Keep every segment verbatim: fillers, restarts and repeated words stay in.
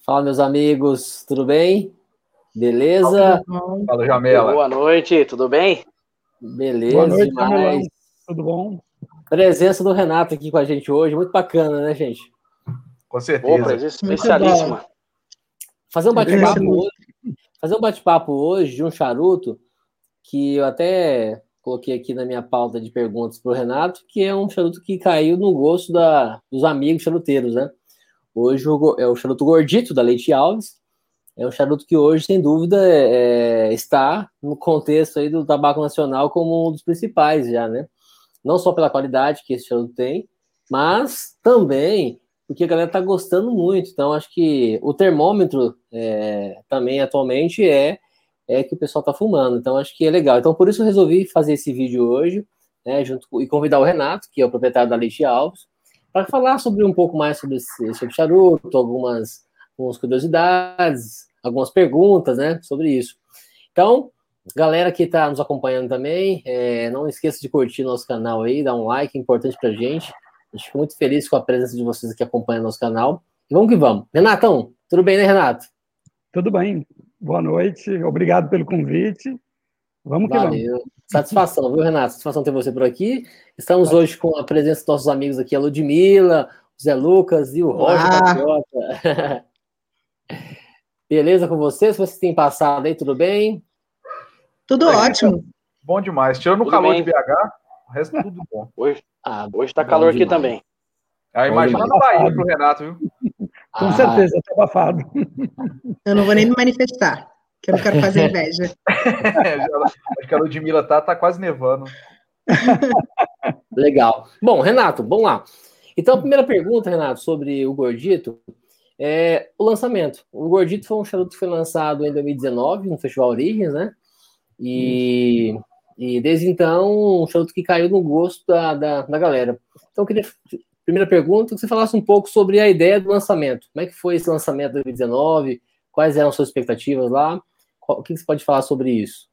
Fala, meus amigos, tudo bem? Beleza? Fala, Jamela. Boa noite, tudo bem? Beleza, Boa noite, demais. Jamelão. Tudo bom? Presença do Renato aqui com a gente hoje, muito bacana, né, gente? Com Boa, certeza. presença especialíssima. Fazer um bate-papo hoje, fazer um bate-papo hoje de um charuto que eu até coloquei aqui na minha pauta de perguntas para o Renato, que é um charuto que caiu no gosto da, dos amigos charuteiros, né? Hoje o go- é o charuto Gordito da Leite Alves. É um charuto que hoje, sem dúvida, é, está no contexto aí do tabaco nacional como um dos principais já, né? Não só pela qualidade que esse charuto tem, mas também porque a galera está gostando muito. Então, acho que o termômetro é, também atualmente é, é que o pessoal está fumando. Então, acho que é legal. Então, por isso eu resolvi fazer esse vídeo hoje, né, junto com, e convidar o Renato, que é o proprietário da Leite Alves, para falar sobre um pouco mais sobre esse, sobre charuto, algumas, algumas curiosidades, algumas perguntas, né, sobre isso. Então, galera que está nos acompanhando também, é, não esqueça de curtir nosso canal aí, dar um like, é importante pra gente. A gente fica muito feliz com a presença de vocês aqui acompanhando nosso canal. E vamos que vamos. Renatão, tudo bem, né, Renato? Tudo bem. Boa noite. Obrigado pelo convite. Vamos que vamos. Valeu. Satisfação, viu, Renato? Satisfação ter você por aqui. Estamos hoje com a presença dos nossos amigos aqui, a Ludmilla, o Zé Lucas e o Roger Patriota. Beleza com vocês? Vocês têm passado aí, tudo bem? Tudo ótimo. Bom demais. Tirando o Tudo calor bem. de B H, o resto tudo bom. Hoje, Ah, hoje tá bom calor aqui demais. também. Ah, Bom imagina demais. na Bahia pro Renato, viu? Com Ah, certeza, está abafado. Eu não vou nem me manifestar, que eu não quero fazer inveja. Acho que a Ludmilla tá, tá quase nevando. legal. Bom, Renato, vamos lá. Então, a primeira pergunta, Renato, sobre o Gordito é o lançamento. O Gordito foi um charuto que foi lançado em dois mil e dezenove, no Festival Origens, né? E, e desde então, um charuto que caiu no gosto da, da, da galera. Então, eu queria, primeira pergunta, que você falasse um pouco sobre a ideia do lançamento. Como é que foi esse lançamento de dois mil e dezenove? Quais eram as suas expectativas lá? Qual- o que você pode falar sobre isso?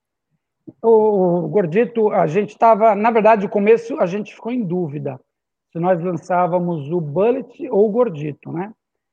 O Gordito, a gente estava, na verdade, no começo a gente ficou em dúvida se nós lançávamos o Bullet ou o Gordito, né?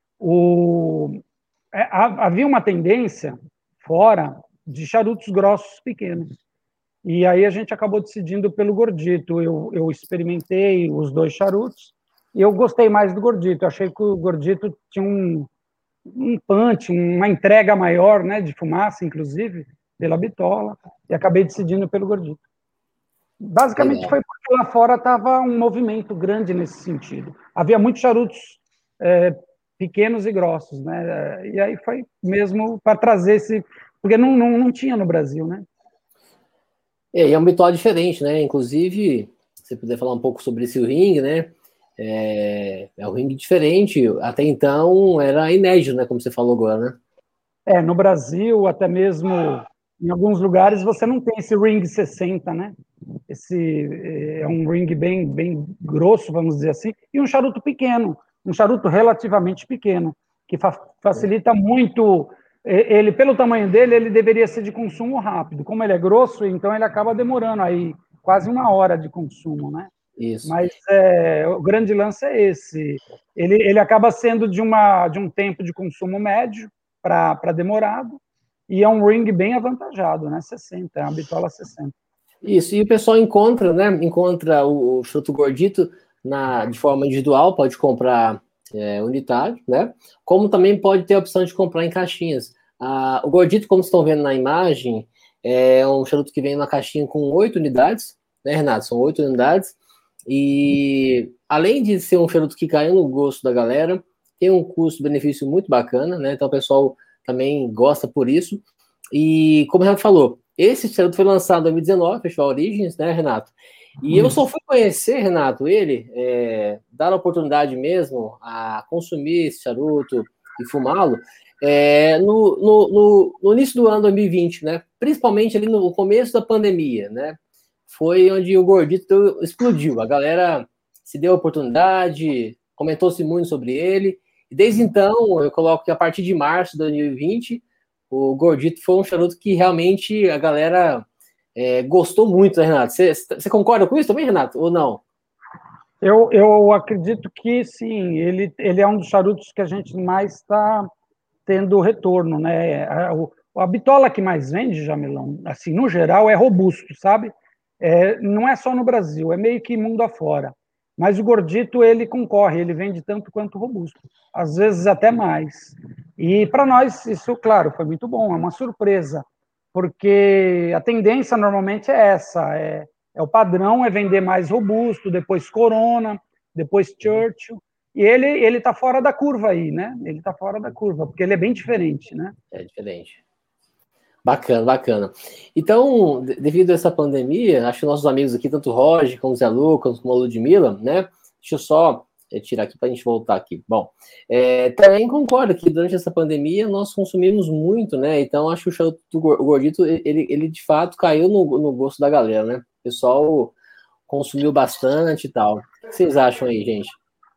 O, é, ha- havia uma tendência fora de charutos grossos pequenos. E aí a gente acabou decidindo pelo Gordito. Eu, eu experimentei os dois charutos e eu gostei mais do Gordito. Eu achei que o Gordito tinha um, um punch, uma entrega maior, né, de fumaça, inclusive, pela bitola, e acabei decidindo pelo Gordito. Basicamente Legal. foi porque lá fora estava um movimento grande nesse sentido. Havia muitos charutos é, pequenos e grossos, né? E aí foi mesmo para trazer esse... Porque não, não, não tinha no Brasil, né? É, e é um ritual diferente, né? Inclusive, se você puder falar um pouco sobre esse ringue, né? É, é um ringue diferente. Até então era inédito, né? Como você falou agora, né? É, no Brasil, até mesmo em alguns lugares, você não tem esse ring sessenta, né? Esse é um ring bem, bem grosso, vamos dizer assim, e um charuto pequeno, um charuto relativamente pequeno, que fa facilita muito. Ele, pelo tamanho dele, ele deveria ser de consumo rápido. Como ele é grosso, então ele acaba demorando aí quase uma hora de consumo, né? Isso. Mas é, o grande lance é esse. Ele, ele acaba sendo de, uma, de um tempo de consumo médio para demorado, e é um ring bem avantajado, né? sessenta, é uma bitola sessenta. Isso, e o pessoal encontra, né? Encontra o, o charuto Gordito na, de forma individual, pode comprar é, unitário, né? Como também pode ter a opção de comprar em caixinhas. Ah, o Gordito, como vocês estão vendo na imagem, é um charuto que vem numa caixinha com oito unidades, né, Renato? São oito unidades. E além de ser um charuto que caiu no gosto da galera, tem um custo-benefício muito bacana, né? Então o pessoal também gosta por isso. E como o Renato falou, esse charuto foi lançado em dois mil e dezenove, Festival Origens, né, Renato? E eu só fui conhecer, Renato, ele, é, dar a oportunidade mesmo a consumir esse charuto e fumá-lo é, no, no, no, no início do ano dois mil e vinte, né? Principalmente ali no começo da pandemia, né? Foi onde o Gordito explodiu. A galera se deu a oportunidade, comentou-se muito sobre ele. E desde então, eu coloco que a partir de março de dois mil e vinte, o Gordito foi um charuto que realmente a galera é, gostou muito, né, Renato? Você concorda com isso também, Renato? Ou não? Eu, eu acredito que sim, ele, ele é um dos charutos que a gente mais está tendo retorno, né? A, a bitola que mais vende, Jamilão, assim, no geral, é robusto, sabe? É, não é só no Brasil, é meio que mundo afora. Mas o gordito, ele concorre, ele vende tanto quanto robusto, às vezes até mais. E para nós, isso, claro, foi muito bom, é uma surpresa, porque a tendência normalmente é essa, é, é o padrão, é vender mais robusto, depois Corona, depois Churchill, e ele ele está fora da curva aí, né? Ele está fora da curva, porque ele é bem diferente, né? É diferente. Bacana, bacana. Então, de- devido a essa pandemia, acho que nossos amigos aqui, tanto o Roger, como o Zé Lucas, como a Ludmilla, né? Deixa eu só é, tirar aqui para a gente voltar aqui. Bom, é, também concordo que durante essa pandemia nós consumimos muito, né? Então, acho que o charuto do gor- o gordito, ele, ele de fato caiu no, no gosto da galera, né? O pessoal consumiu bastante e tal. O que vocês acham aí, gente?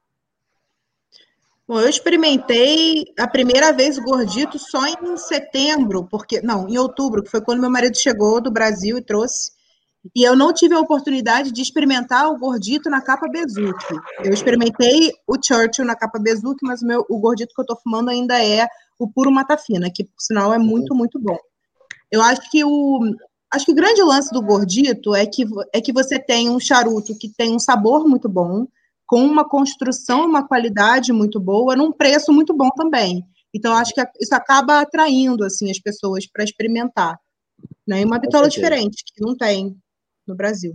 Bom, eu experimentei a primeira vez o gordito só em setembro, porque não, em outubro, que foi quando meu marido chegou do Brasil e trouxe. E eu não tive a oportunidade de experimentar o gordito na capa Bezuque. Eu experimentei o Churchill na capa Bezuque, mas o, meu, o gordito que eu estou fumando ainda é o puro Mata Fina, que por sinal é muito, muito bom. Eu acho que o acho que o grande lance do gordito é que é que você tem um charuto que tem um sabor muito bom, com uma construção, uma qualidade muito boa, num preço muito bom também. Então acho que isso acaba atraindo assim as pessoas para experimentar, né? E uma Com bitola certeza. diferente que não tem no Brasil.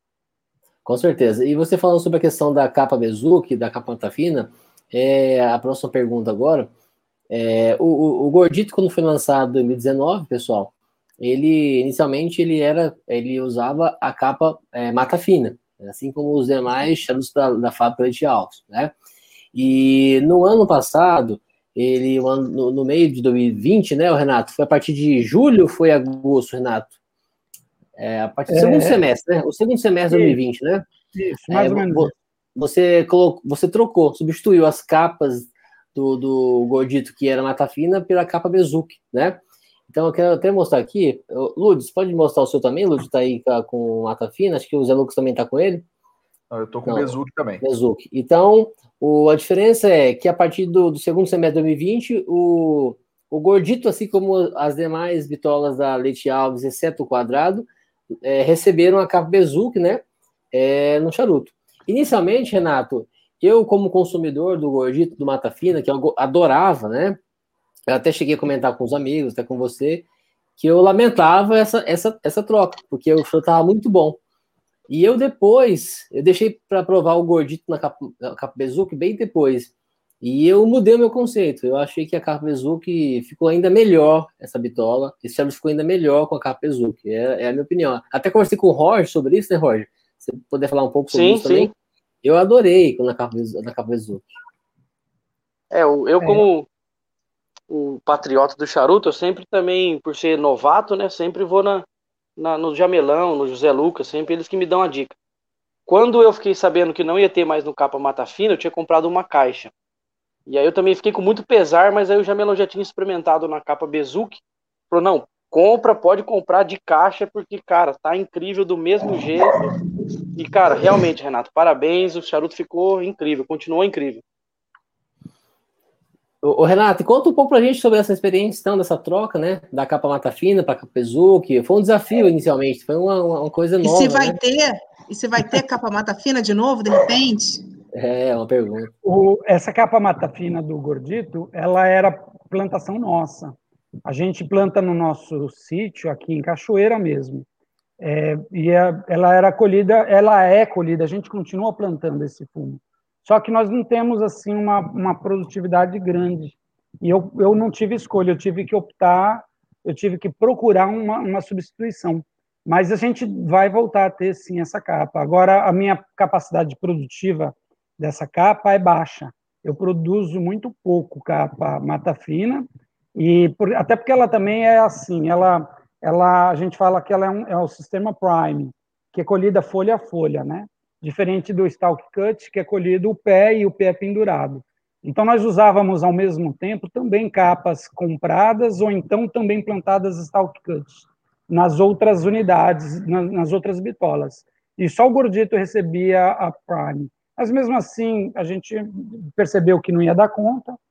Com certeza. E você falando sobre a questão da capa Bezuque, da capa Mata Fina, é, a próxima pergunta agora. É, o, o, o Gordito, quando foi lançado em dois mil e dezenove, pessoal, ele inicialmente ele era, ele usava a capa é, Mata Fina, assim como os demais charutos da, da fábrica Leite Altos, né? E no ano passado, ele no, no meio de dois mil e vinte, né, o Renato, foi a partir de julho ou foi agosto, Renato? É, a partir do segundo É, semestre, né? O segundo semestre de dois mil e vinte, né? isso, É, mais ou menos vo- isso. você, colocou, você trocou, substituiu as capas do, do Gordito, que era Mata Fina, pela capa Bezuque, né? Então eu quero até mostrar aqui. Eu- Lourdes, pode mostrar o seu também? Lourdes tá aí com com Mata Fina, acho que o Zé Lucas também tá com ele. Não, eu tô com Não, Bezuque também. Bezuque. Então, o, a diferença é que a partir do, do segundo semestre de dois mil e vinte, o, o Gordito, assim como as demais bitolas da Leite Alves, exceto o quadrado, é, receberam a capa Bezuque, né? É, no charuto. Inicialmente, Renato, eu, como consumidor do Gordito do Mata Fina, que eu adorava, né? Eu até cheguei a comentar com os amigos, até com você, que eu lamentava essa, essa, essa troca, porque o show estava muito bom. E eu depois, eu deixei para provar o Gordito na capa, na capa Bezuque bem depois. E eu mudei o meu conceito. Eu achei que a capa Bezuque ficou ainda melhor, essa bitola. Esse charuto ficou ainda melhor com a capa Bezuque. É, é a minha opinião. Até conversei com o Roger sobre isso, né, Roger? Você poder falar um pouco sobre Sim, isso também? sim. Eu adorei na capa, na capa Bezuque. É, eu, eu É, como o patriota do charuto, eu sempre também, por ser novato, né, sempre vou na, na, no Jamelão, no José Lucas, sempre eles que me dão a dica. Quando eu fiquei sabendo que não ia ter mais no Capa Mata Fina, eu tinha comprado uma caixa. E aí eu também fiquei com muito pesar, mas aí o Jamelão já tinha experimentado na capa Bezuque. Falou, não, compra, pode comprar de caixa, porque, cara, tá incrível do mesmo jeito. E, cara, realmente, Renato, parabéns, o charuto ficou incrível, continuou incrível. Ô, ô, Renato, conta um pouco pra gente sobre essa experiência, então, dessa troca, né? Da capa Mata Fina para capa Bezuque. Foi um desafio inicialmente, foi uma, uma coisa E se nova, vai né? ter, e se vai ter capa Mata Fina de novo, de repente? É, uma pergunta. o, essa capa Mata Fina do Gordito, ela era plantação nossa. A gente planta no nosso sítio, aqui em Cachoeira mesmo. É, e a, ela era colhida, ela é colhida, a gente continua plantando esse fumo. Só que nós não temos assim uma, uma produtividade grande. E eu, eu não tive escolha, eu tive que optar, eu tive que procurar uma, uma substituição. Mas a gente vai voltar a ter sim essa capa. Agora, a minha capacidade produtiva dessa capa é baixa. Eu produzo muito pouco capa Mata Fina, e por, até porque ela também é assim, ela ela, a gente fala que ela é, um, é o sistema Prime, que é colhida folha a folha, né? Diferente do Stalk Cut, que é colhido o pé e o pé pendurado. Então, nós usávamos ao mesmo tempo também capas compradas ou então também plantadas Stalk Cut nas outras unidades, nas, nas outras bitolas. E só o Gordito recebia a Prime. Mas, mesmo assim, a gente percebeu que não ia dar conta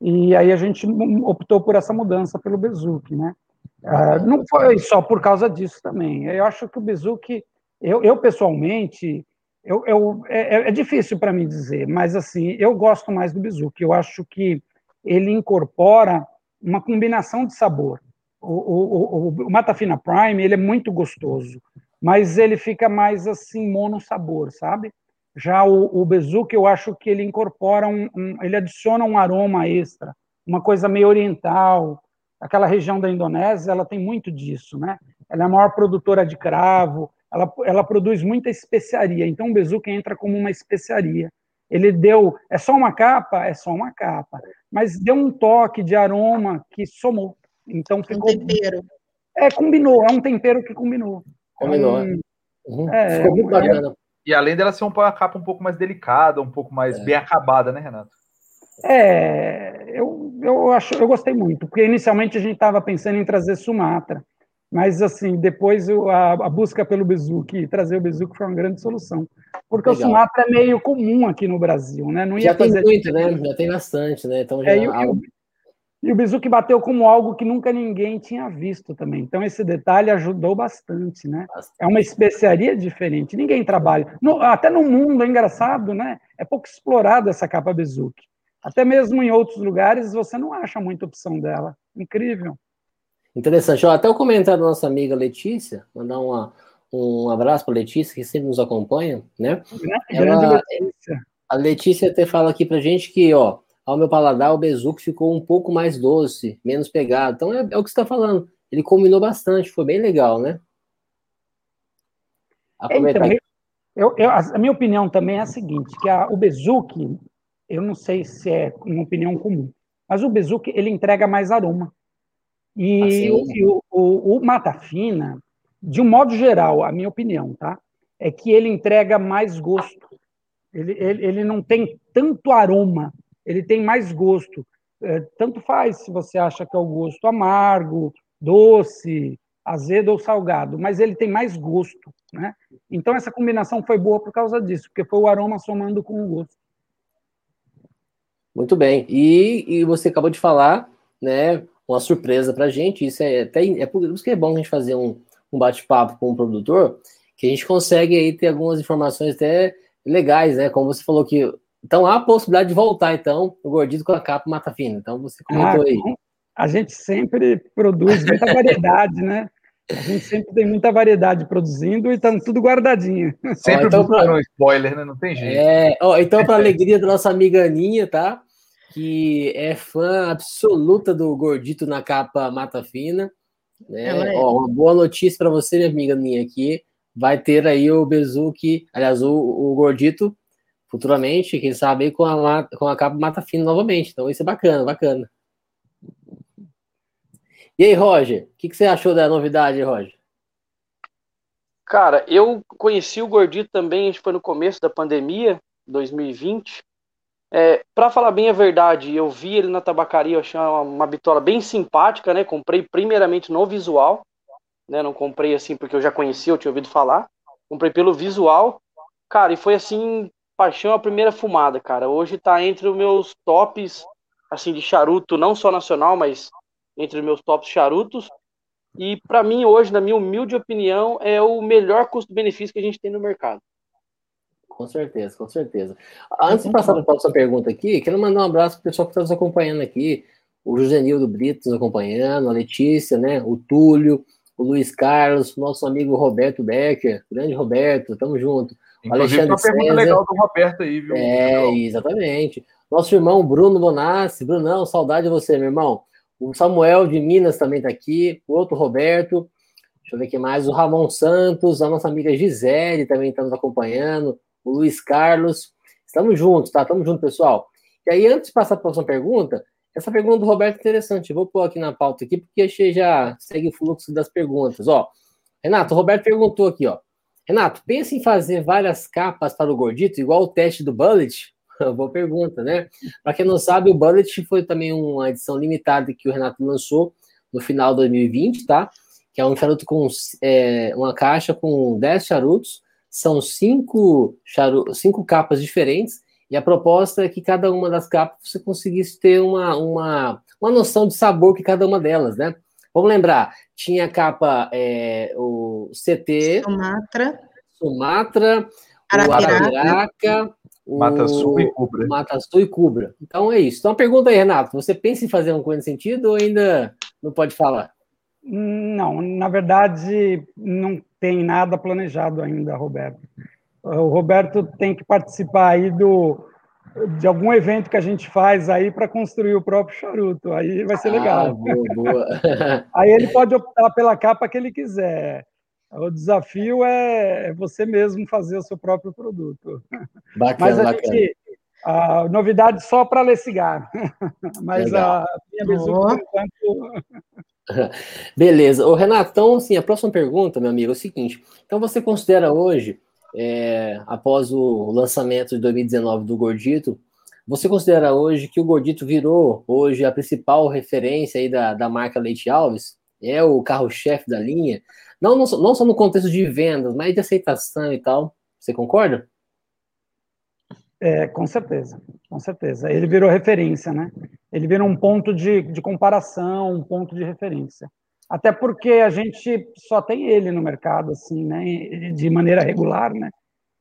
e aí a gente optou por essa mudança pelo Bezuque, né? Ah, não foi só por causa disso também. Eu acho que o Bezuque, eu, eu pessoalmente, eu, eu, é, é difícil para mim dizer, mas assim, eu gosto mais do Bezuque. Eu acho que ele incorpora uma combinação de sabor. O, o, o, o Mata Fina Prime, ele é muito gostoso, mas ele fica mais assim, monossabor, sabe? Já o, o Bezuque, eu acho que ele incorpora, um, um, ele adiciona um aroma extra, uma coisa meio oriental. Aquela região da Indonésia, ela tem muito disso, né? Ela é a maior produtora de cravo, ela, ela produz muita especiaria, então o Bezuque entra como uma especiaria. Ele deu, é só uma capa? É só uma capa, mas deu um toque de aroma que somou. Então ficou... Um tempero. É, combinou, é um tempero que combinou. Combinou, é um, uhum. é, Ficou muito é, bacana. E além dela ser uma capa um pouco mais delicada, um pouco mais É. bem acabada, né, Renato? É, eu, eu, acho, eu gostei muito, porque inicialmente a gente estava pensando em trazer Sumatra, mas assim, depois eu, a, a busca pelo Bezuque, trazer o Bezuque foi uma grande solução, porque Legal. o Sumatra é meio comum aqui no Brasil, né? Não ia Já tem fazer... muito, né? Já tem bastante, né? Então já É, e, e, o, e o Bezuque bateu como algo que nunca ninguém tinha visto também, então esse detalhe ajudou bastante, né? É uma especiaria diferente, ninguém trabalha, no, até no mundo é engraçado, né? É pouco explorada essa capa Bezuque. Até mesmo em outros lugares você não acha muita opção dela. Incrível. Interessante. Ó, até o comentário da nossa amiga Letícia, mandar uma, um abraço para a Letícia, que sempre nos acompanha, né? Grande Ela, Letícia. A Letícia até fala aqui pra gente que, ó, ao meu paladar, o Bezuque ficou um pouco mais doce, menos pegado. Então é, é o que você está falando. Ele combinou bastante, foi bem legal, né? Aproveitar Então, aqui. eu, eu, a minha opinião também é a seguinte, que a, o Bezuque, eu não sei se é uma opinião comum, mas o Bezuque, ele entrega mais aroma. E, Assim, o, e o, o, o Mata Fina, de um modo geral, a minha opinião, tá? É que ele entrega mais gosto. Ele, ele, ele não tem tanto aroma, ele tem mais gosto. É, tanto faz se você acha que é o gosto amargo, doce, azedo ou salgado, mas ele tem mais gosto, né? Então essa combinação foi boa por causa disso, porque foi o aroma somando com o gosto. muito bem. E, e você acabou de falar, né, uma surpresa pra gente. Isso é até é por isso que é bom a gente fazer um, um bate-papo com o produtor, que a gente consegue aí ter algumas informações até legais, né? Como você falou que então há a possibilidade de voltar, então, o Gordito com a capa Mata Fina. Então você comentou Ah, aí. a gente sempre produz muita variedade, né? A gente sempre tem muita variedade produzindo e estamos tudo guardadinho. Sempre Ó, então, buscando pra, um spoiler, né? Não tem jeito. é, ó, então, para alegria da nossa amiga Aninha, tá? Que é fã absoluta do Gordito na capa Mata Fina, né? Ela é. Ó, uma boa notícia para você, minha amiga Aninha, que vai ter aí o Bezuque, aliás, o, o Gordito futuramente, quem sabe, aí com a, com a capa Mata Fina novamente. Então, isso é bacana, bacana. E aí, Roger, o que, que você achou da novidade, Roger? Cara, eu conheci o Gordito também, acho que foi no começo da pandemia, dois mil e vinte. É, para falar bem a verdade, eu vi ele na tabacaria, eu achei uma, uma bitola bem simpática, né? Comprei primeiramente no visual, né? Não comprei assim porque eu já conhecia, eu tinha ouvido falar. Comprei pelo visual, cara, e foi assim, paixão à primeira fumada, cara. Hoje tá entre os meus tops, assim, de charuto, não só nacional, mas entre os meus tops charutos. E para mim hoje, na minha humilde opinião, é o melhor custo-benefício que a gente tem no mercado. Com certeza, com certeza. Eu Antes de passar para a concordo. próxima pergunta aqui, quero mandar um abraço para o pessoal que está nos acompanhando aqui. O Josenildo Brito nos acompanhando, a Letícia, né? O Túlio, o Luiz Carlos, nosso amigo Roberto Becker, grande Roberto, tamo junto. O Inclusive, tem Alexandre uma pergunta César, legal do Roberto aí, viu? é, exatamente. Nosso irmão Bruno Bonassi, Brunão, saudade de você, meu irmão. O Samuel de Minas também está aqui, o outro Roberto. Deixa eu ver aqui mais. O Ramon Santos, a nossa amiga Gisele também está nos acompanhando. O Luiz Carlos. Estamos juntos, tá? Estamos juntos, pessoal. E aí, antes de passar para a próxima pergunta, essa pergunta do Roberto é interessante. Eu vou pôr aqui na pauta aqui, porque a já segue o fluxo das perguntas. Ó, Renato, o Roberto perguntou aqui, ó. Renato, pensa em fazer várias capas para o Gordito, igual o teste do Bullet? Boa pergunta, né? Para quem não sabe, o Bullet foi também uma edição limitada que o Renato lançou no final de dois mil e vinte, tá? Que é um charuto com é, uma caixa com dez charutos, são cinco, charu, cinco capas diferentes, E a proposta é que cada uma das capas você conseguisse ter uma, uma, uma noção de sabor que cada uma delas, né? Vamos lembrar, tinha a capa, é, o C T, Sumatra, Sumatra, o Arapiraca, Arapiraca, o Mata Sul e Cubra. Mata Sul e Cubra. Então é isso. Então pergunta aí, Renato, você pensa em fazer uma coisa nesse sentido ou ainda não pode falar? Não, na verdade, não tem nada planejado ainda, Roberto. O Roberto tem que participar aí do, de algum evento que a gente faz aí para construir o próprio charuto. Aí vai ser legal. Ah, boa, boa. Aí ele pode optar pela capa que ele quiser. O desafio é você mesmo fazer o seu próprio produto. Bacana, Mas a bacana. gente, a novidade só para ler cigarro. Mas Legal. a minha visão, por enquanto... Beleza. Ô, Renato, então, assim, a próxima pergunta, meu amigo, é o seguinte. Então, você considera hoje, é, após o lançamento de dois mil e dezenove do Gordito, você considera hoje que o Gordito virou hoje a principal referência aí da, da marca Leite Alves? É o carro-chefe da linha? Não, não, só- não só no contexto de vendas, mas de aceitação e tal. Você concorda? É, com certeza, com certeza. Ele virou referência, né? Ele virou um ponto de, de comparação, um ponto de referência. Até porque a gente só tem ele no mercado, assim, né? De maneira regular, né?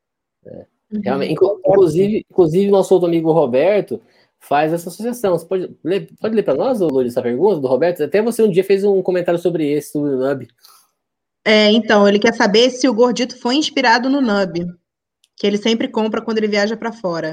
Realmente, inclu- inclusive, inclusive, nosso outro amigo Roberto faz essa associação. Você pode ler, pode ler para nós, ô, Lourdes, essa pergunta do Roberto? Até você um dia fez um comentário sobre esse, sobre o Nub. É, então, ele quer saber se o Gordito foi inspirado no Nub, que ele sempre compra quando ele viaja para fora.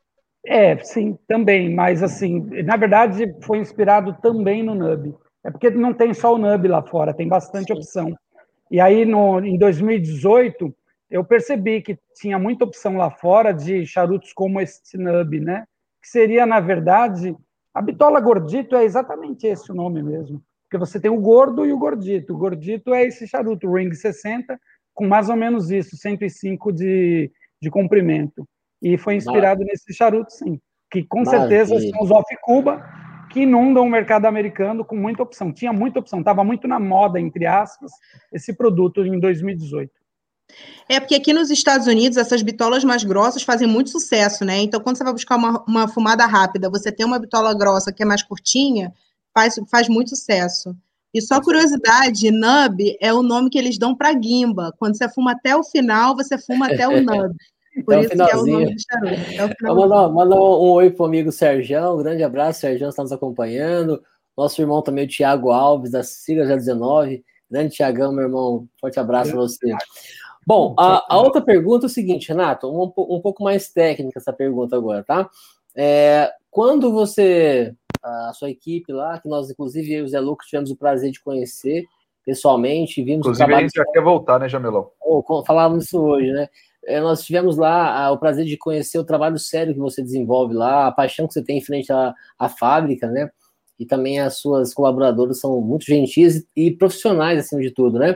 É, sim, também, mas assim, na verdade foi inspirado também no Nub. É porque não tem só o Nub lá fora, tem bastante opção. E aí, no, em dois mil e dezoito, eu percebi que tinha muita opção lá fora de charutos como esse Nub, né? Que seria, na verdade, a bitola gordito é exatamente esse o nome mesmo. Porque você tem o gordo e o gordito. O gordito é esse charuto, o Ring sessenta, com mais ou menos isso, cento e cinco de, de comprimento. E foi inspirado nesse charuto, sim. Que com certeza Maravilha. são os off-Cuba, que inundam o mercado americano com muita opção. Tinha muita opção, estava muito na moda, entre aspas, esse produto em dois mil e dezoito. É porque aqui nos Estados Unidos, essas bitolas mais grossas fazem muito sucesso, né? Então, quando você vai buscar uma, uma fumada rápida, você tem uma bitola grossa que é mais curtinha, faz, faz muito sucesso. E só curiosidade, nub é o nome que eles dão para guimba. Quando você fuma até o final, você fuma até o nub. Por Até o isso que é o nome finalzinho. do charuto. Até o Então, finalzinho. manda, manda um oi pro amigo Serjão, um grande abraço, Serjão está nos acompanhando. Nosso irmão também, o Thiago Alves, da Sigla zero dezenove. Grande Thiagão, meu irmão, forte abraço para você. Bom, a, a outra pergunta é o seguinte, Renato, um, um pouco mais técnica essa pergunta agora, tá? É, quando você, a sua equipe lá, que nós, inclusive, eu e o Zé Lucas tivemos o prazer de conhecer pessoalmente, vimos Inclusive, o trabalho... a gente já quer voltar, né, Jamelão? Oh, falávamos isso hoje, né? É, nós tivemos lá ah, o prazer de conhecer o trabalho sério que você desenvolve lá, a paixão que você tem em frente à, à fábrica, né? E também as suas colaboradoras são muito gentis e profissionais, acima de tudo, né?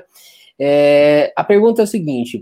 É, a pergunta é a seguinte: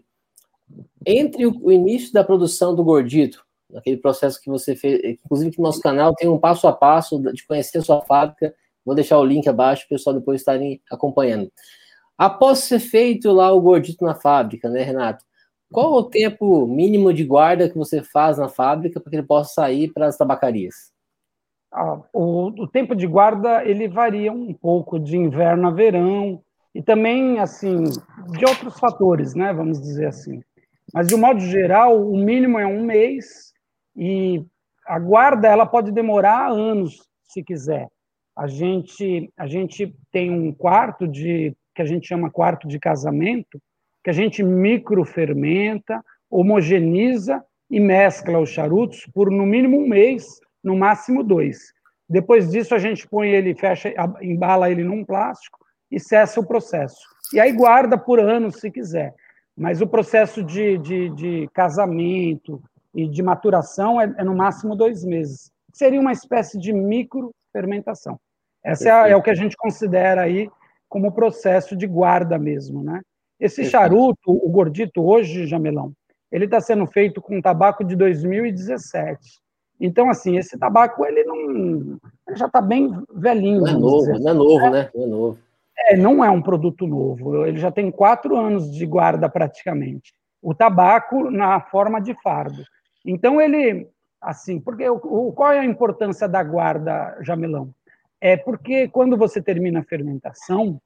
entre o, o início da produção do Gordito, aquele processo que você fez, inclusive que no nosso canal tem um passo a passo de conhecer a sua fábrica, vou deixar o link abaixo para o pessoal depois estarem acompanhando. Após ser feito lá o Gordito na fábrica, né, Renato? Qual o tempo mínimo de guarda que você faz na fábrica para que ele possa sair para as tabacarias? Ah, o, o tempo de guarda ele varia um pouco de inverno a verão e também assim de outros fatores, né? Vamos dizer assim. Mas de um modo geral, o mínimo é um mês e a guarda ela pode demorar anos se quiser. A gente a gente tem um quarto de que a gente chama quarto de casamento, que a gente microfermenta, homogeneiza e mescla os charutos por no mínimo um mês, no máximo dois. Depois disso, a gente põe ele, fecha, embala ele num plástico e cessa o processo. E aí guarda por anos, se quiser. Mas o processo de, de, de casamento e de maturação é, é no máximo dois meses. Seria uma espécie de microfermentação. Essa é, é o que a gente considera aí como processo de guarda mesmo, né? Esse Perfeito. charuto, o Gordito hoje, Jamelão, ele está sendo feito com tabaco de dois mil e dezessete. Então, assim, esse tabaco ele não, ele já está bem velhinho. Não é vamos novo, dizer. não é novo, né? Não é novo. É, não é um produto novo. Ele já tem quatro anos de guarda praticamente. O tabaco na forma de fardo. Então, ele, assim, porque o, o, qual é a importância da guarda, Jamilão? É porque quando você termina a fermentação,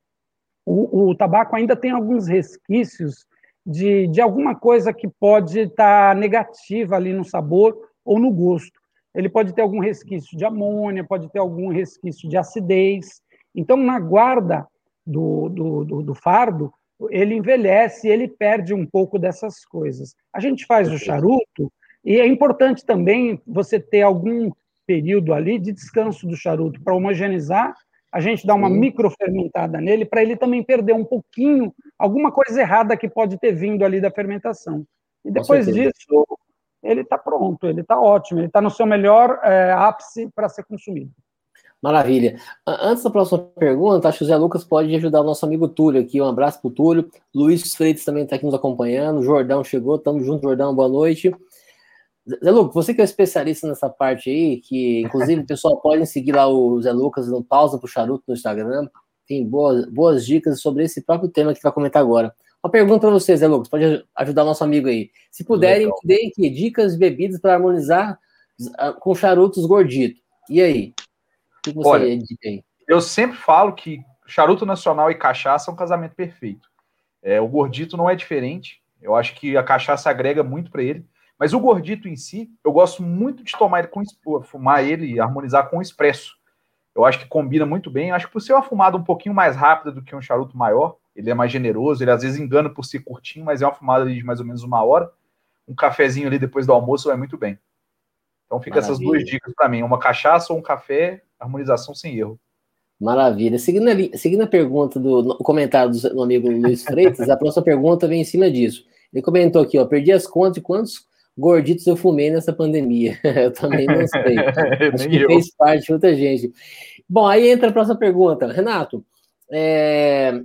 o, o tabaco ainda tem alguns resquícios de, de alguma coisa que pode estar negativa ali no sabor ou no gosto. Ele pode ter algum resquício de amônia, pode ter algum resquício de acidez. Então, na guarda do, do, do, do fardo, ele envelhece e ele perde um pouco dessas coisas. A gente faz o charuto, e é importante também você ter algum período ali de descanso do charuto para homogeneizar. A gente dá uma Sim. microfermentada nele para ele também perder um pouquinho, alguma coisa errada que pode ter vindo ali da fermentação. E depois disso, ele está pronto, ele está ótimo, ele está no seu melhor é, ápice para ser consumido. Maravilha. Antes da próxima pergunta, acho que o Zé Lucas pode ajudar o nosso amigo Túlio aqui. Um abraço para o Túlio. Luiz Freitas também está aqui nos acompanhando. Jordão chegou, estamos juntos, Jordão, boa noite. Zé Lucas, você que é especialista nessa parte aí, que inclusive o pessoal pode seguir lá o Zé Lucas no Pausa pro Charuto no Instagram, tem boas, boas dicas sobre esse próprio tema que vai comentar agora. Uma pergunta para você, Zé Lucas, pode ajudar o nosso amigo aí. Se puderem, deem aqui dicas de bebidas para harmonizar com charutos gorditos. E aí? O que você Olha, dica aí? Eu sempre falo que charuto nacional e cachaça é um casamento perfeito. É, o gordito não é diferente. Eu acho que a cachaça agrega muito para ele. Mas o gordito em si, eu gosto muito de tomar ele com fumar ele e harmonizar com o expresso. Eu acho que combina muito bem. Eu acho que por ser uma fumada um pouquinho mais rápida do que um charuto maior, ele é mais generoso, ele às vezes engana por ser curtinho, mas é uma fumada de mais ou menos uma hora. Um cafezinho ali depois do almoço vai muito bem. Então fica Maravilha. Essas duas dicas para mim, uma cachaça ou um café, harmonização sem erro. Maravilha. Seguindo a, seguindo a pergunta do no, comentário do, do amigo Luiz Freitas, a próxima pergunta vem em cima disso. Ele comentou aqui, ó, perdi as contas de quantos gorditos eu fumei nessa pandemia. Eu também não sei. Acho que eu. fez parte de muita gente. Bom, aí entra a próxima pergunta. Renato, é,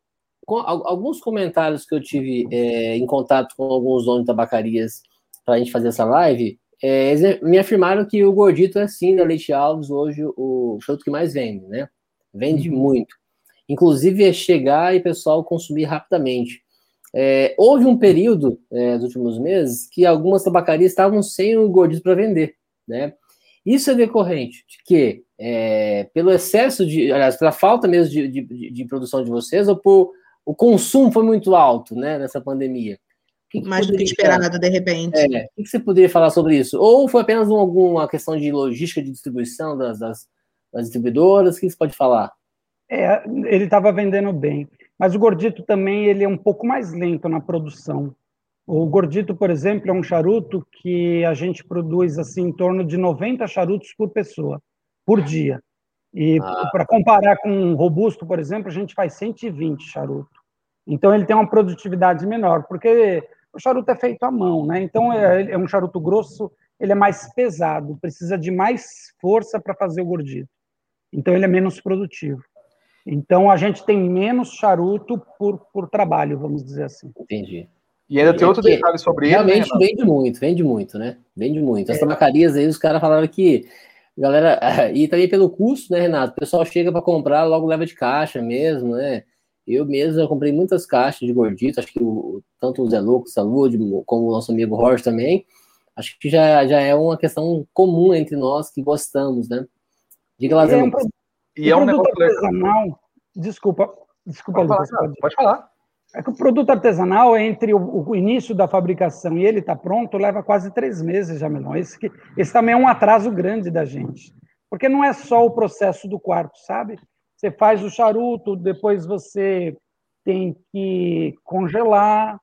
com alguns comentários que eu tive é, em contato com alguns donos de tabacarias para a gente fazer essa live, é, eles me afirmaram que o gordito é sim, da Leite Alves, hoje o charuto que mais vende, né? Vende uhum. muito. Inclusive é chegar e o pessoal consumir rapidamente. É, houve um período, é, nos últimos meses, que algumas tabacarias estavam sem o gordito para vender, né? Isso é decorrente de que, é, pelo excesso de, aliás, pela falta mesmo de, de, de produção de vocês, ou por o consumo foi muito alto, né, nessa pandemia? Que que Mais do que esperado, de repente. É, o que, que você poderia falar sobre isso? Ou foi apenas uma, alguma questão de logística de distribuição das, das, das distribuidoras? O que você pode falar? É, ele estava vendendo bem. Mas o gordito também ele é um pouco mais lento na produção. O gordito, por exemplo, é um charuto que a gente produz assim, em torno de noventa charutos por pessoa, por dia. E ah. para comparar com um robusto, por exemplo, a gente faz cento e vinte charutos. Então ele tem uma produtividade menor, porque o charuto é feito à mão, né? Então é, é um charuto grosso, ele é mais pesado, precisa de mais força para fazer o gordito. Então ele é menos produtivo. Então, a gente tem menos charuto por, por trabalho, vamos dizer assim. Entendi. E ainda e tem outro detalhe sobre realmente ele, né? Realmente vende muito, vende muito, né? Vende muito. As é. tabacarias aí, os caras falaram que... Galera, e também pelo custo, né, Renato? O pessoal chega para comprar, logo leva de caixa mesmo, né? Eu mesmo eu comprei muitas caixas de gordito, acho que o, tanto o Zé Lucas, Saúde, como o nosso amigo Jorge também. Acho que já, já é uma questão comum entre nós que gostamos, né? Diga lá, Zé Lucas. E é um negócio artesanal, desculpa, desculpa, pode Lucas. Falar, pode... pode falar. É que o produto artesanal, entre o, o início da fabricação e ele está pronto, leva quase três meses, Jamilão. Esse, que, esse também é um atraso grande da gente. Porque não é só o processo do quarto, sabe? Você faz o charuto, depois você tem que congelar,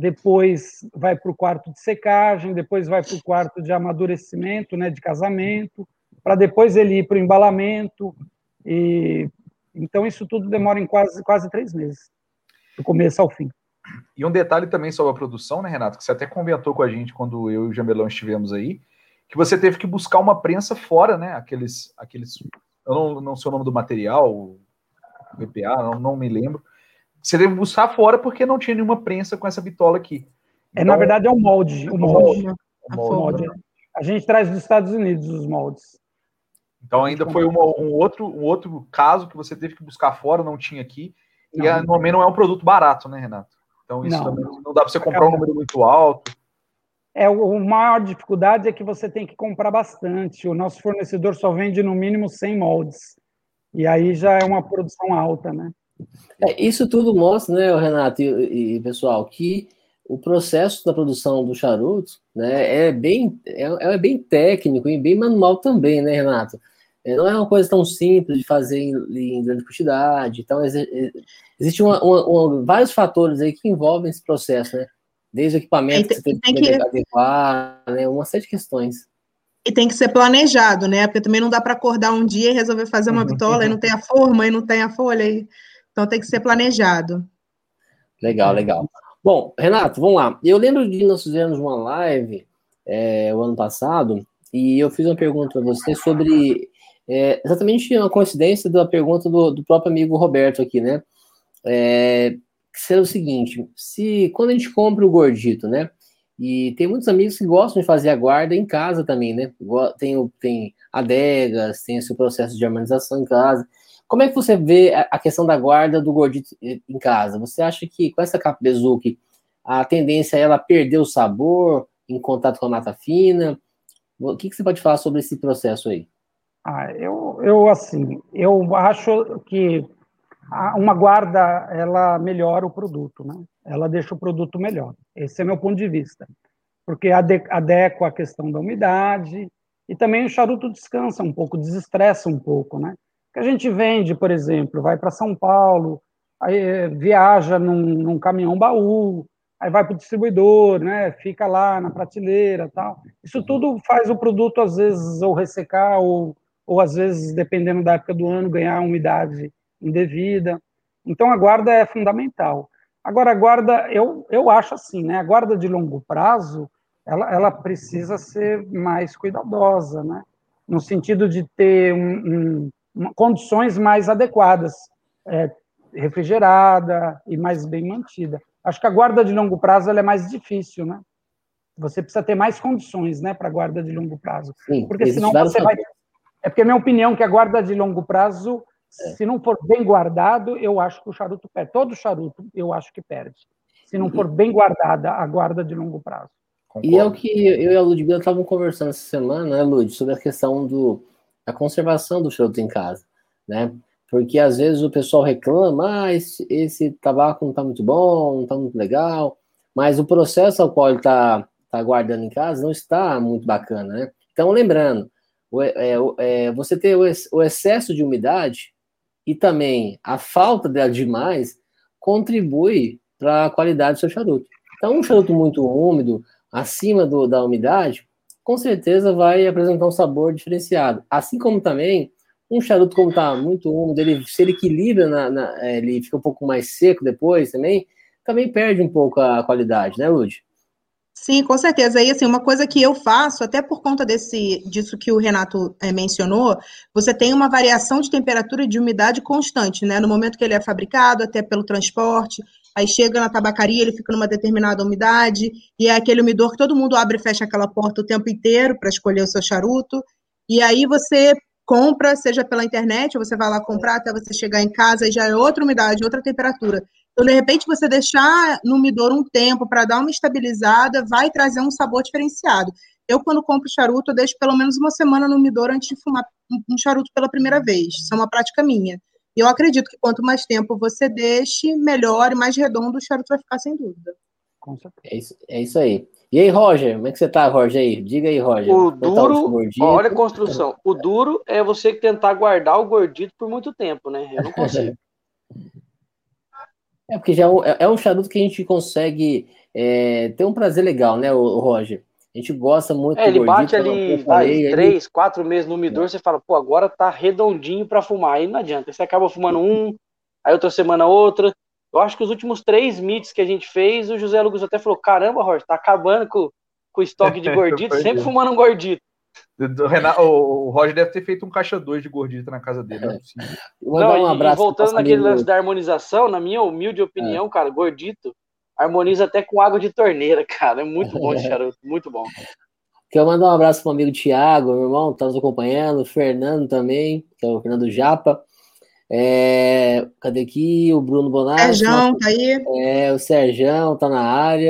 depois vai para o quarto de secagem, depois vai para o quarto de amadurecimento, né, de casamento, para depois ele ir para o embalamento. E então isso tudo demora em quase, quase três meses, do começo ao fim. E um detalhe também sobre a produção, né, Renato, que você até comentou com a gente quando eu e o Jamelão estivemos aí, que você teve que buscar uma prensa fora, né, aqueles, aqueles eu não, não sei o nome do material, o B P A, não, não me lembro, você teve que buscar fora porque não tinha nenhuma prensa com essa bitola aqui. Então, é, na verdade é o molde, o molde. O molde. molde. A gente traz dos Estados Unidos os moldes. Então ainda foi uma, um, outro, um outro caso que você teve que buscar fora, não tinha aqui. Não. E a, também não é um produto barato, né, Renato? Então isso não, também não dá para você comprar um número muito alto. É, o a maior dificuldade é que você tem que comprar bastante. O nosso fornecedor só vende no mínimo cem moldes. E aí já é uma produção alta, né? É, isso tudo mostra, né, Renato e, e pessoal, que o processo da produção do charuto, né, é bem, é, é bem técnico e bem manual também, né, Renato? É, não é uma coisa tão simples de fazer em, em grande quantidade. Então, exi existe uma, uma, uma, vários fatores aí que envolvem esse processo, né? Desde o equipamento que você tem, tem que adequar, né? Uma série de questões. E tem que ser planejado, né? Porque também não dá para acordar um dia e resolver fazer uma bitola, e não tem a forma, e não tem a folha. E... Então tem que ser planejado. Legal, legal. Bom, Renato, vamos lá. Eu lembro de nós fizemos uma live é, o ano passado, e eu fiz uma pergunta para você sobre é, exatamente uma coincidência da pergunta do, do próprio amigo Roberto aqui, né? É, que seria o seguinte: se quando a gente compra o gordito, né? E tem muitos amigos que gostam de fazer a guarda em casa também, né? Tem, tem adegas, tem esse processo de harmonização em casa. Como é que você vê a questão da guarda do gordito em casa? Você acha que com essa capa Bezuque a tendência é ela perder o sabor em contato com a mata fina? O que, que você pode falar sobre esse processo aí? Ah, eu, eu, assim, eu acho que uma guarda, ela melhora o produto, né? Ela deixa o produto melhor. Esse é meu ponto de vista. Porque adequa a questão da umidade e também o charuto descansa um pouco, desestressa um pouco, né? Que a gente vende, por exemplo, vai para São Paulo, aí viaja num, num caminhão baú, aí vai para o distribuidor, né? Fica lá na prateleira, tal. Isso tudo faz o produto às vezes ou ressecar ou, ou às vezes, dependendo da época do ano, ganhar umidade indevida. Então a guarda é fundamental. Agora a guarda, eu eu acho assim, né? A guarda de longo prazo, ela, ela precisa ser mais cuidadosa, né? No sentido de ter um, um, condições mais adequadas, é, refrigerada e mais bem mantida. Acho que a guarda de longo prazo ela é mais difícil, né? Você precisa ter mais condições, né, para a guarda de longo prazo. Sim, porque senão você vai... É porque a minha opinião é que a guarda de longo prazo, é. se não for bem guardado, eu acho que o charuto perde. Todo charuto eu acho que perde. Se não for bem guardada a guarda de longo prazo. Concordo. E é o que eu e a Ludmilla estavam conversando essa semana, né, Lud, sobre a questão do, da conservação do charuto em casa, né? Porque às vezes o pessoal reclama, ah, esse, esse tabaco não está muito bom, não está muito legal, mas o processo ao qual ele está tá guardando em casa não está muito bacana, né? Então, lembrando, o, é, é, você ter o, o excesso de umidade e também a falta dela demais contribui para a qualidade do seu charuto. Então, um charuto muito úmido, acima do, da umidade, com certeza vai apresentar um sabor diferenciado. Assim como também, um charuto como está muito úmido, ele, se ele equilibra, na, na, ele fica um pouco mais seco depois também, também perde um pouco a qualidade, né, Lud? Sim, com certeza. E assim, uma coisa que eu faço, até por conta desse, disso que o Renato é, mencionou, você tem uma variação de temperatura e de umidade constante, né? No momento que ele é fabricado, até pelo transporte, aí chega na tabacaria, ele fica numa determinada umidade, e é aquele umidor que todo mundo abre e fecha aquela porta o tempo inteiro para escolher o seu charuto, e aí você compra, seja pela internet, ou você vai lá comprar até você chegar em casa, e já é outra umidade, outra temperatura. Então, de repente, você deixar no umidor um tempo para dar uma estabilizada, vai trazer um sabor diferenciado. Eu, quando compro charuto, eu deixo pelo menos uma semana no umidor antes de fumar um charuto pela primeira vez. Isso é uma prática minha. E eu acredito que quanto mais tempo você deixe, melhor e mais redondo o charuto vai ficar, sem dúvida. É isso, é isso aí. E aí, Roger, como é que você tá, Roger? Aí? Diga aí, Roger. O duro, olha a construção. O duro é você tentar guardar o gordito por muito tempo, né? Eu não consigo. É, porque já é, é um charuto que a gente consegue é, ter um prazer legal, né, o, o Roger? A gente gosta muito é, do ele gordito, bate ali, falei, vai, três, ele... quatro meses no umidor, é. Você fala, pô, agora tá redondinho para fumar. Aí não adianta, você acaba fumando um, aí outra semana outra. Eu acho que os últimos três meets que a gente fez, o José Lucas até falou, caramba, Roger, tá acabando com, com o estoque de gordito, sempre é. fumando um gordito. O, Renato, o Roger deve ter feito um caixa dois de gordito na casa dele, não é possível. Não, um abraço, e voltando naquele amigo... lance da harmonização, na minha humilde opinião, é. cara, gordito harmoniza até com água de torneira, cara. É muito bom esse charuto, muito bom. Quero mandar um abraço pro amigo Thiago, meu irmão, que tá nos acompanhando, o Fernando também, que é o Fernando Japa. É... Cadê aqui? O Bruno Bonatti. Serjão, tá aí. É, o Serjão tá na área.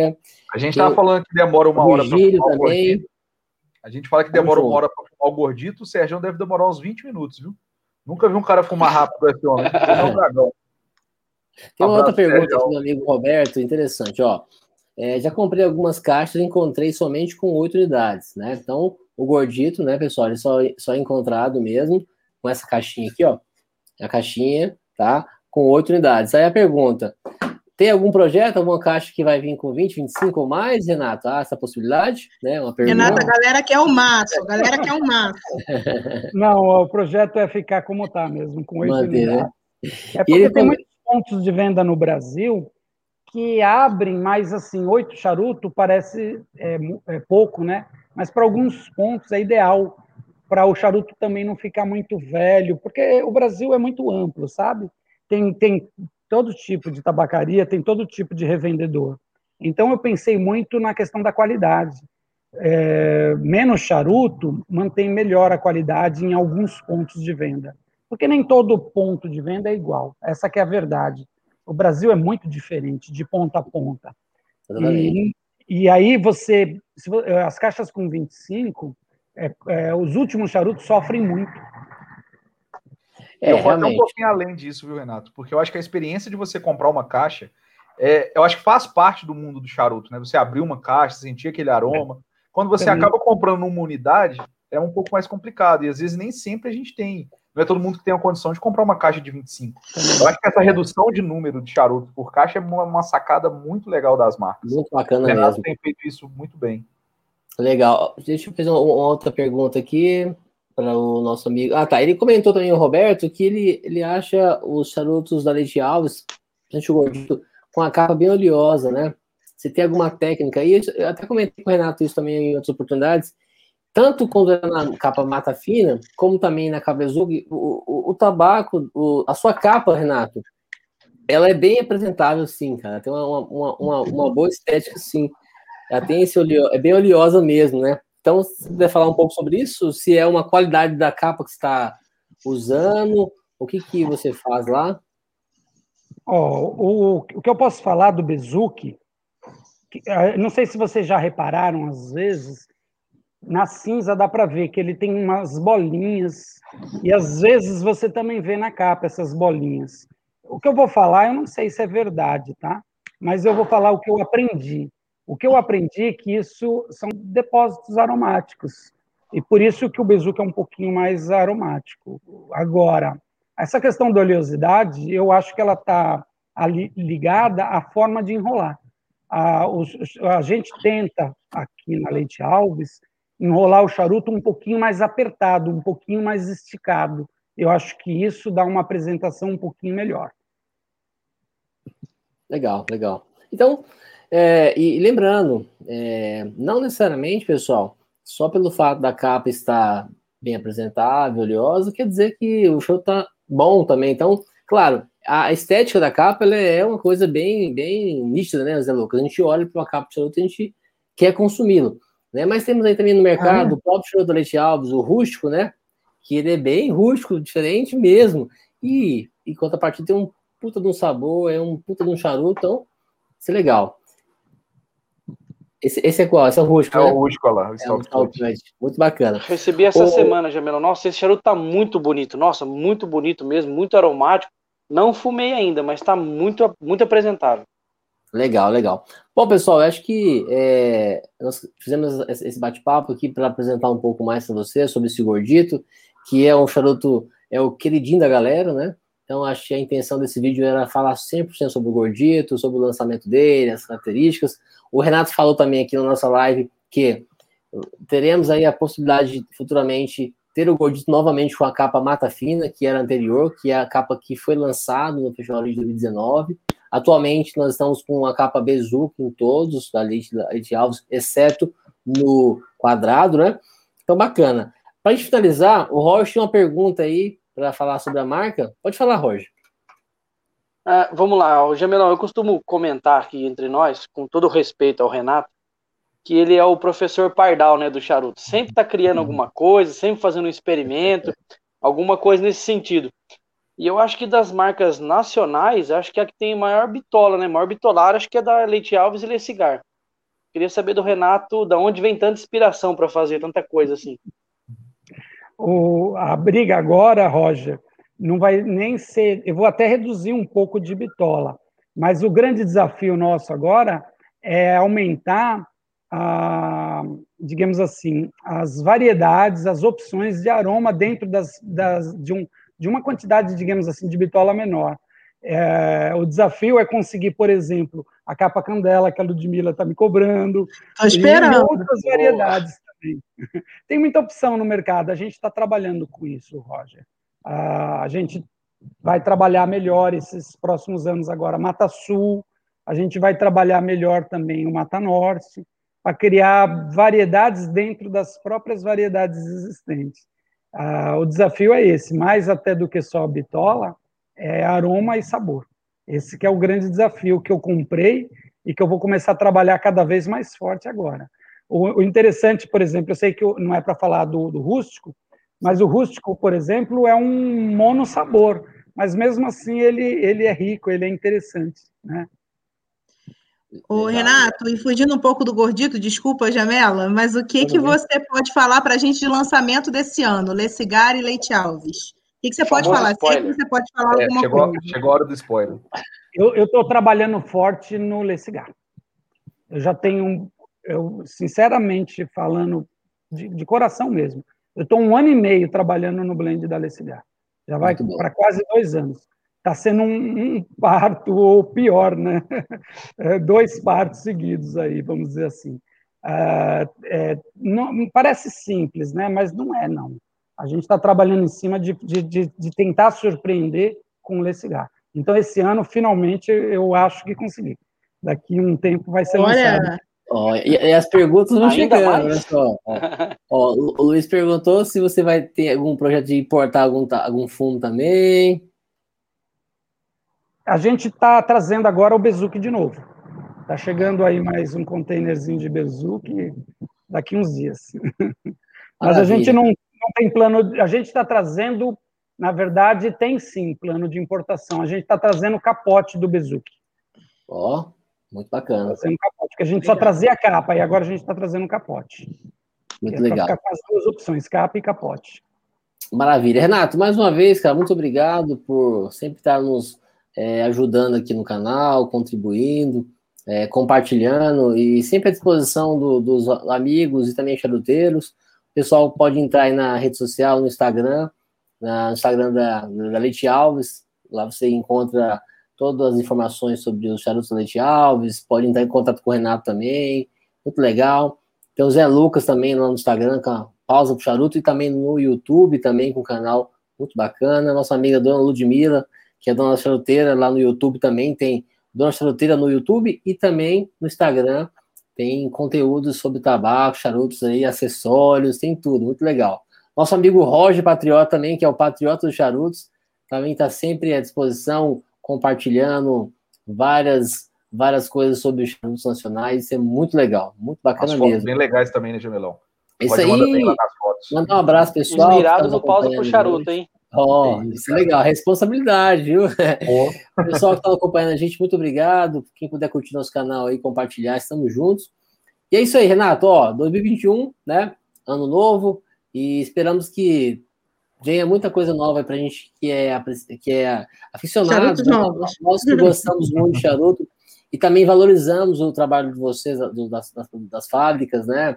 A gente estava falando que demora uma hora para fumar o gordito. A gente fala que demora uma hora para fumar o gordito, o Sérgio deve demorar uns vinte minutos, viu? Nunca vi um cara fumar rápido esse homem. É um dragão. Tem uma outra pergunta aqui do amigo Roberto, interessante, ó. É, já comprei algumas caixas e encontrei somente com oito unidades, né? Então, o gordito, né, pessoal, ele só, só é encontrado mesmo com essa caixinha aqui, ó. A caixinha, tá? Com oito unidades. Aí a pergunta, tem algum projeto, alguma caixa que vai vir com vinte, vinte e cinco ou mais, Renato? Ah, essa possibilidade, né? Uma pergunta. Renato, a galera quer o maço, a galera quer o maço. Não, o projeto é ficar como está mesmo, com oito Manter, unidades. né? É porque ele tem come... muitos pontos de venda no Brasil que abrem, mas assim, oito charuto parece é, é pouco, né? Mas para alguns pontos é ideal, para o charuto também não ficar muito velho, porque o Brasil é muito amplo, sabe? Tem, tem todo tipo de tabacaria, tem todo tipo de revendedor. Então eu pensei muito na questão da qualidade. É, menos charuto mantém melhor a qualidade em alguns pontos de venda, porque nem todo ponto de venda é igual, essa que é a verdade. O Brasil é muito diferente de ponta a ponta. E, e aí você, as caixas com vinte e cinco, é, é, os últimos charutos sofrem muito. É, eu vou realmente. até um pouquinho além disso, viu, Renato? Porque eu acho que a experiência de você comprar uma caixa, é, eu acho que faz parte do mundo do charuto, né? Você abrir uma caixa, sentir aquele aroma. Quando você Também. acaba comprando uma unidade, é um pouco mais complicado. E às vezes nem sempre a gente tem. Não é todo mundo que tem a condição de comprar uma caixa de vinte e cinco. Eu acho que essa redução de número de charutos por caixa é uma, uma sacada muito legal das marcas. Muito bacana o Renato mesmo. tem feito isso muito bem. Legal. Deixa eu fazer uma, uma outra pergunta aqui para o nosso amigo. Ah, tá. Ele comentou também, o Roberto, que ele, ele acha os charutos da Leite Alves, gente, o gordito, com a capa bem oleosa, né? Você tem alguma técnica aí? Eu até comentei com o Renato isso também em outras oportunidades. Tanto quando é na capa mata fina, como também na capa Bezuque, o, o, o tabaco, o, a sua capa, Renato, ela é bem apresentável, sim, cara. Tem uma, uma, uma, uma boa estética, sim. Ela tem esse oleo, é bem oleosa mesmo, né? Então, se você puder falar um pouco sobre isso, se é uma qualidade da capa que você está usando, o que, que você faz lá? Oh, o, o que eu posso falar do Bezuque, não sei se vocês já repararam, às vezes, na cinza dá para ver que ele tem umas bolinhas, e às vezes você também vê na capa essas bolinhas. O que eu vou falar, eu não sei se é verdade, tá? Mas eu vou falar o que eu aprendi. O que eu aprendi é que isso são depósitos aromáticos, e por isso que o Bezuque é um pouquinho mais aromático. Agora, essa questão da oleosidade, eu acho que ela está ligada à forma de enrolar. A, os, a gente tenta, aqui na Leite Alves, enrolar o charuto um pouquinho mais apertado, um pouquinho mais esticado. Eu acho que isso dá uma apresentação um pouquinho melhor. Legal, legal. Então, é, e lembrando, é, não necessariamente, pessoal, só pelo fato da capa estar bem apresentável, oleosa, quer dizer que o charuto está bom também. Então, claro, a estética da capa ela é uma coisa bem, bem nítida, né, Zé Lucas? A gente olha para uma capa de charuto e a gente quer consumi-lo. Né? Mas temos aí também no mercado ah, o próprio charuto da Leite Alves, o rústico, né? Que ele é bem rústico, diferente mesmo. E, em contrapartida, tem um puta de um sabor, é um puta de um charuto, então, isso é legal. Esse, esse é qual? Esse é o rústico, é né? o rústico lá. O é o Stalk, muito bacana. Recebi essa o... semana, Jamila. Nossa, esse charuto tá muito bonito. Nossa, muito bonito mesmo, muito aromático. Não fumei ainda, mas tá muito, muito apresentável. Legal, legal. Bom, pessoal, eu acho que é, nós fizemos esse bate-papo aqui para apresentar um pouco mais para você sobre esse gordito, que é um charuto, é o queridinho da galera, né? Então, acho que a intenção desse vídeo era falar cem por cento sobre o gordito, sobre o lançamento dele, as características. O Renato falou também aqui na nossa live que teremos aí a possibilidade de futuramente ter o gordito novamente com a capa mata fina, que era anterior, que é a capa que foi lançada no Festival de dois mil e dezenove. Atualmente, nós estamos com a capa Bezuque em todos, da Leite, da Leite Alves, exceto no quadrado, né? Então, bacana. Para a gente finalizar, o Roger tinha uma pergunta aí para falar sobre a marca. Pode falar, Roger. Ah, vamos lá, Jamelão, eu costumo comentar aqui entre nós, com todo respeito ao Renato, que ele é o professor Pardal, né, do charuto. Sempre está criando alguma coisa, sempre fazendo um experimento, alguma coisa nesse sentido. E eu acho que das marcas nacionais, acho que a que tem maior bitola, né? Maior bitolar, acho que é da Leite Alves e Le Cigar. Queria saber do Renato, da onde vem tanta inspiração para fazer tanta coisa assim. O, a briga agora, Roger, não vai nem ser... Eu vou até reduzir um pouco de bitola, mas o grande desafio nosso agora é aumentar, a, digamos assim, as variedades, as opções de aroma dentro das, das, de, um, de uma quantidade, digamos assim, de bitola menor. É, o desafio é conseguir, por exemplo, a capa candela, que a Ludmilla está me cobrando, Tô esperando. e outras variedades também. Tem muita opção no mercado, a gente está trabalhando com isso, Roger. A gente vai trabalhar melhor esses próximos anos agora Mata Sul, a gente vai trabalhar melhor também o Mata Norte, para criar variedades dentro das próprias variedades existentes. O desafio é esse, mais até do que só a bitola, é aroma e sabor. Esse que é o grande desafio que eu comprei e que eu vou começar a trabalhar cada vez mais forte agora. O interessante, por exemplo, eu sei que não é para falar do, do rústico, mas o rústico, por exemplo, é um monossabor, mas mesmo assim ele, ele é rico, ele é interessante, né? Ô, Renato, e fugindo um pouco do gordito, desculpa, Jamela, mas o que, que você pode falar para a gente de lançamento desse ano? Le Cigar e Leite Alves. O que, que você pode falar? Sei que você pode falar é, alguma chegou, coisa. Chegou a hora do spoiler. Eu estou trabalhando forte no Le Cigar. Eu já tenho, eu, sinceramente falando, de, de coração mesmo, eu estou um ano e meio trabalhando no blend da Le Cigar. Já vai para quase dois anos. Está sendo um, um parto, ou pior, né? É, dois partos seguidos aí, vamos dizer assim. É, é, não, parece simples, né? Mas não é, não. A gente está trabalhando em cima de, de, de, de tentar surpreender com o Le Cigar. Então, esse ano, finalmente, eu acho que consegui. Daqui a um tempo vai ser Olha... lançado. Ó, e, e as perguntas vão Ainda chegando, mais? olha só. Ó, ó, o Luiz perguntou se você vai ter algum projeto de importar algum, algum fumo também. A gente está trazendo agora o Bezuque de novo. Está chegando aí mais um containerzinho de Bezuque daqui uns dias. Mas Maravilha. A gente não, não tem plano... A gente está trazendo, na verdade, tem sim plano de importação. A gente está trazendo o capote do Bezuque. Ó, muito bacana. Trazendo capote, porque a gente legal. Só trazia a capa, e agora a gente está trazendo o capote. Muito é legal. Para ficar com as duas opções, capa e capote. Maravilha. Renato, mais uma vez, cara, muito obrigado por sempre estar nos é, ajudando aqui no canal, contribuindo, é, compartilhando e sempre à disposição do, dos amigos e também charuteiros. O pessoal pode entrar aí na rede social, no Instagram, na, no Instagram da, da Leite Alves. Lá você encontra todas as informações sobre os charutos da Leite Alves. Pode entrar em contato com o Renato também. Muito legal. Tem o Zé Lucas também lá no Instagram, com a Pausa pro Charuto, e também no YouTube, também com um canal muito bacana. Nossa amiga Dona Ludmilla, que é Dona Charuteira, lá no YouTube também tem Dona Charuteira no YouTube e também no Instagram. Tem conteúdos sobre tabaco, charutos aí, acessórios, tem tudo, muito legal. Nosso amigo Roger Patriota também, que é o Patriota dos Charutos, também está sempre à disposição, compartilhando várias, várias coisas sobre os charutos nacionais. Isso é muito legal, muito bacana As mesmo. Fotos bem legais também, né, Gemelão? Isso aí, mandar um abraço, pessoal. Inspirado no Pausa pro Charuto, hein? Ó, oh, isso é legal, responsabilidade, viu? Oh. Pessoal que está acompanhando a gente, muito obrigado. Quem puder curtir nosso canal aí, compartilhar, estamos juntos. E é isso aí, Renato, ó, dois mil e vinte e um, né? Ano novo, e esperamos que venha muita coisa nova pra gente que é, que é aficionado, né? Nós que gostamos muito de charuto e também valorizamos o trabalho de vocês, das, das, das fábricas, né?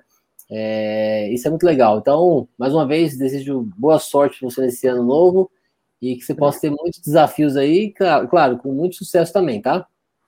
É, isso é muito legal. Então, mais uma vez, desejo boa sorte para você nesse ano novo e que você possa ter muitos desafios aí, claro, claro, com muito sucesso também, tá?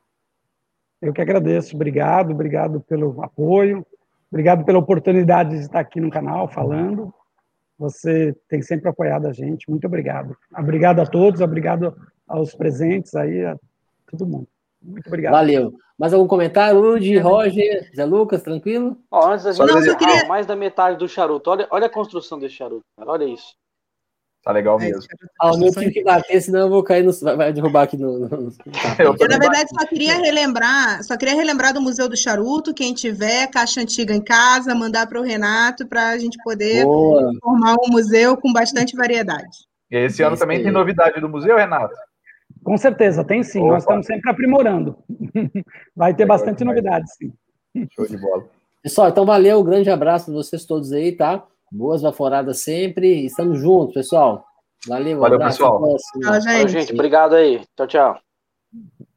Eu que agradeço. Obrigado, obrigado pelo apoio, obrigado pela oportunidade de estar aqui no canal falando. Você tem sempre apoiado a gente. Muito obrigado. Obrigado a todos, obrigado aos presentes aí, a todo mundo. Muito obrigado. Valeu. Mais algum comentário? Ludi, Roger, Zé Lucas, tranquilo? Ó, antes da gente não, eu queria... mais da metade do charuto. Olha, olha a construção desse charuto, cara. Olha isso. Tá legal mesmo. Ah, o meu tive que bater, senão eu vou cair no... Vai derrubar aqui no... no... Eu, na verdade, só queria relembrar, só queria relembrar do Museu do Charuto, quem tiver caixa antiga em casa, mandar para o Renato para a gente poder Boa. formar um museu com bastante variedade. E esse ano também tem novidade do museu, Renato? Com certeza, tem sim. Opa. Nós estamos sempre aprimorando. Vai ter bastante novidade, sim. Show de bola. Pessoal, então valeu, um grande abraço para vocês todos aí, tá? Boas vaporadas sempre. Estamos juntos, pessoal. Valeu, um Valeu, abraço. pessoal. Até a próxima. Tchau, gente. Valeu, gente. Obrigado aí. Tchau, tchau.